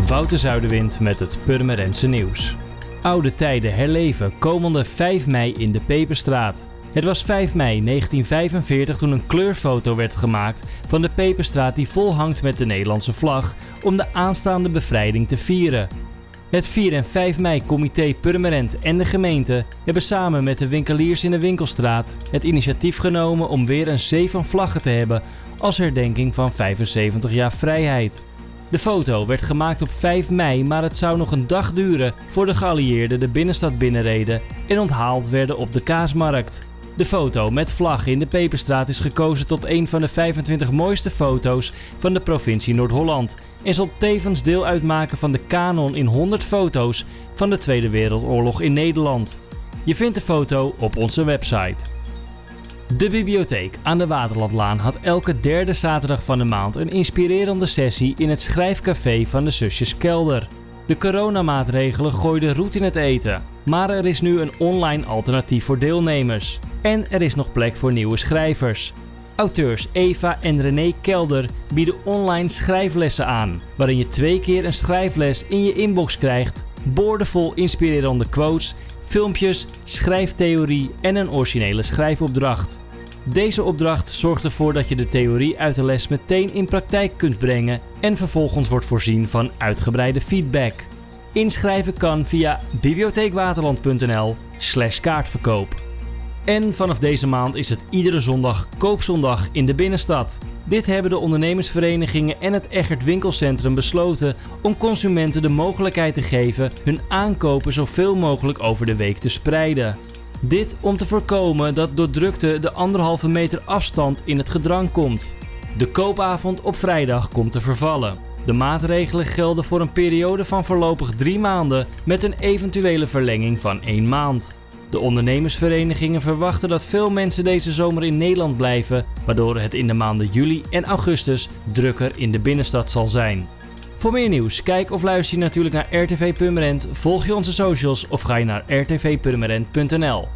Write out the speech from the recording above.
Wouter Zuiderwind met het Purmerendse nieuws. Oude tijden herleven komende 5 mei in de Peperstraat. Het was 5 mei 1945 toen een kleurfoto werd gemaakt van de Peperstraat die vol hangt met de Nederlandse vlag om de aanstaande bevrijding te vieren. Het 4 en 5 mei comité Purmerend en de gemeente hebben samen met de winkeliers in de Winkelstraat het initiatief genomen om weer een zee van vlaggen te hebben als herdenking van 75 jaar vrijheid. De foto werd gemaakt op 5 mei, maar het zou nog een dag duren voor de geallieerden de binnenstad binnenreden en onthaald werden op de Kaasmarkt. De foto met vlaggen in de Peperstraat is gekozen tot een van de 25 mooiste foto's van de provincie Noord-Holland en zal tevens deel uitmaken van de kanon in 100 foto's van de Tweede Wereldoorlog in Nederland. Je vindt de foto op onze website. De bibliotheek aan de Waterlandlaan had elke derde zaterdag van de maand een inspirerende sessie in het schrijfcafé van de zusjes Kelder. De coronamaatregelen gooiden roet in het eten, maar er is nu een online alternatief voor deelnemers. En er is nog plek voor nieuwe schrijvers. Auteurs Eva en René Kelder bieden online schrijflessen aan, waarin je 2 keer een schrijfles in je inbox krijgt, boordevol inspirerende quotes, filmpjes, schrijftheorie en een originele schrijfopdracht. Deze opdracht zorgt ervoor dat je de theorie uit de les meteen in praktijk kunt brengen en vervolgens wordt voorzien van uitgebreide feedback. Inschrijven kan via bibliotheekwaterland.nl/kaartverkoop. En vanaf deze maand is het iedere zondag koopzondag in de binnenstad. Dit hebben de ondernemersverenigingen en het Eggert Winkelcentrum besloten om consumenten de mogelijkheid te geven hun aankopen zoveel mogelijk over de week te spreiden. Dit om te voorkomen dat door drukte de 1,5 meter afstand in het gedrang komt. De koopavond op vrijdag komt te vervallen. De maatregelen gelden voor een periode van voorlopig 3 maanden met een eventuele verlenging van 1 maand. De ondernemersverenigingen verwachten dat veel mensen deze zomer in Nederland blijven, waardoor het in de maanden juli en augustus drukker in de binnenstad zal zijn. Voor meer nieuws, kijk of luister je natuurlijk naar RTV Purmerend, volg je onze socials of ga je naar rtvpurmerend.nl.